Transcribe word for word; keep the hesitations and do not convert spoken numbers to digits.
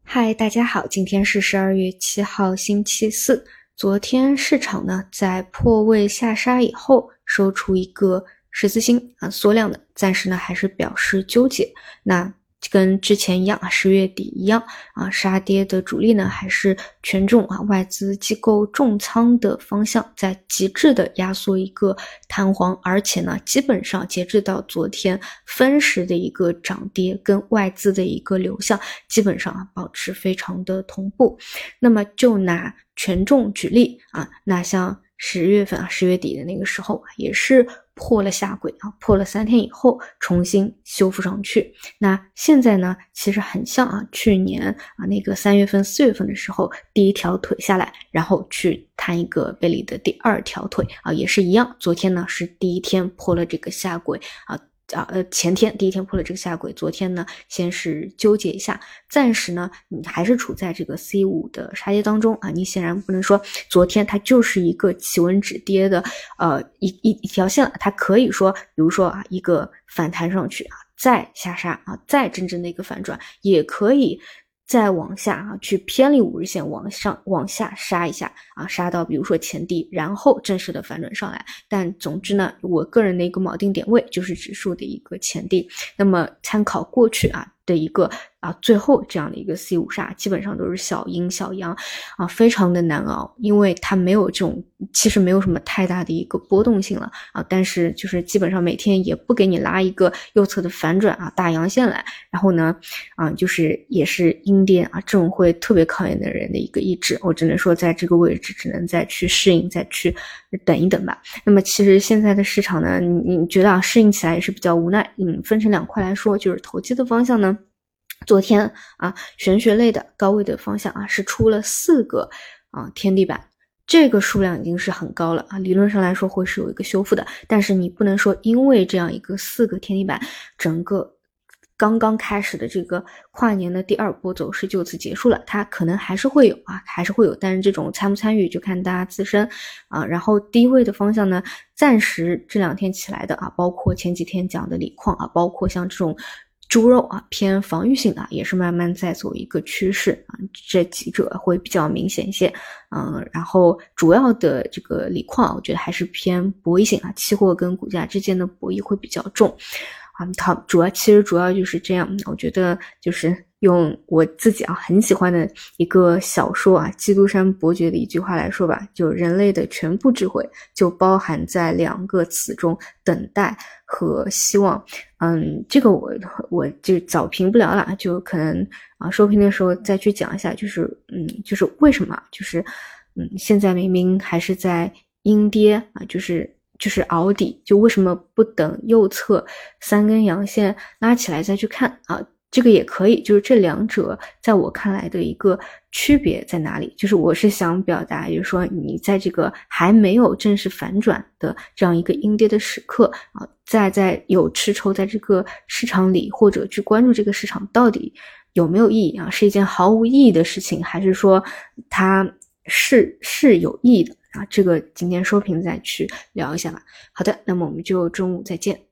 嗨，大家好，今天是十二月七号星期四。昨天市场呢在破位下杀以后收出一个十字星啊，缩量的，暂时呢还是表示纠结。那跟之前一样啊，十月底一样啊，杀跌的主力呢还是权重啊，外资机构重仓的方向，在极致的压缩一个弹簧，而且呢，基本上截至到昨天分时的一个涨跌跟外资的一个流向，基本上啊保持非常的同步。那么就拿权重举例啊，那像十月份啊，十月底的那个时候也是破了下轨啊，破了三天以后重新修复上去。那现在呢，其实很像啊，去年啊那个三月份、四月份的时候，第一条腿下来，然后去探一个贝里的第二条腿啊，也是一样。昨天呢是第一天破了这个下轨啊。啊呃，前天第一天破了这个下轨，昨天呢先是纠结一下，暂时呢你还是处在这个 C 五 的杀跌当中啊，你显然不能说昨天它就是一个企稳止跌的呃一一一条线了，它可以说比如说啊一个反弹上去啊，再下杀啊，再真正的一个反转，也可以再往下啊，去偏离五日线往上往下杀一下啊，杀到比如说前低，然后正式的反转上来。但总之呢，我个人的一个锚定点位就是指数的一个前低。那么参考过去啊的一个啊最后这样的一个 C 五 杀，基本上都是小阴小阳啊，非常的难熬，因为它没有这种其实没有什么太大的一个波动性了啊，但是就是基本上每天也不给你拉一个右侧的反转啊大阳线来，然后呢啊就是也是阴跌啊，这种会特别考验的人的一个意志，我只能说在这个位置只能再去适应，再去等一等吧。那么其实现在的市场呢，你你觉得啊适应起来也是比较无奈。嗯，分成两块来说，就是投机的方向呢，昨天啊玄学类的高位的方向啊是出了四个啊天地板。这个数量已经是很高了啊，理论上来说会是有一个修复的，但是你不能说因为这样一个四个天地板，整个刚刚开始的这个跨年的第二波走势就此结束了，它可能还是会有啊，还是会有，但是这种参不参与就看大家自身啊。然后低位的方向呢，暂时这两天起来的啊，包括前几天讲的锂矿啊，包括像这种猪肉啊偏防御性的，也是慢慢在走一个趋势啊，这几者会比较明显一些。嗯，然后主要的这个锂矿，我觉得还是偏博弈性啊，期货跟股价之间的博弈会比较重。啊，它主要其实主要就是这样，我觉得就是用我自己啊很喜欢的一个小说啊，基督山伯爵的一句话来说吧，就人类的全部智慧就包含在两个词中：等待和希望。嗯，这个我我就早评不了了，就可能啊收评的时候再去讲一下，就是嗯，就是为什么就是嗯现在明明还是在阴跌啊，就是就是熬底，就为什么不等右侧三根阳线拉起来再去看啊？这个也可以，就是这两者在我看来的一个区别在哪里？就是我是想表达，就是说你在这个还没有正式反转的这样一个阴跌的时刻啊，在在有持筹在这个市场里，或者去关注这个市场到底有没有意义啊？是一件毫无意义的事情，还是说它是是有意义的啊？这个今天收评再去聊一下吧。好的，那么我们就中午再见。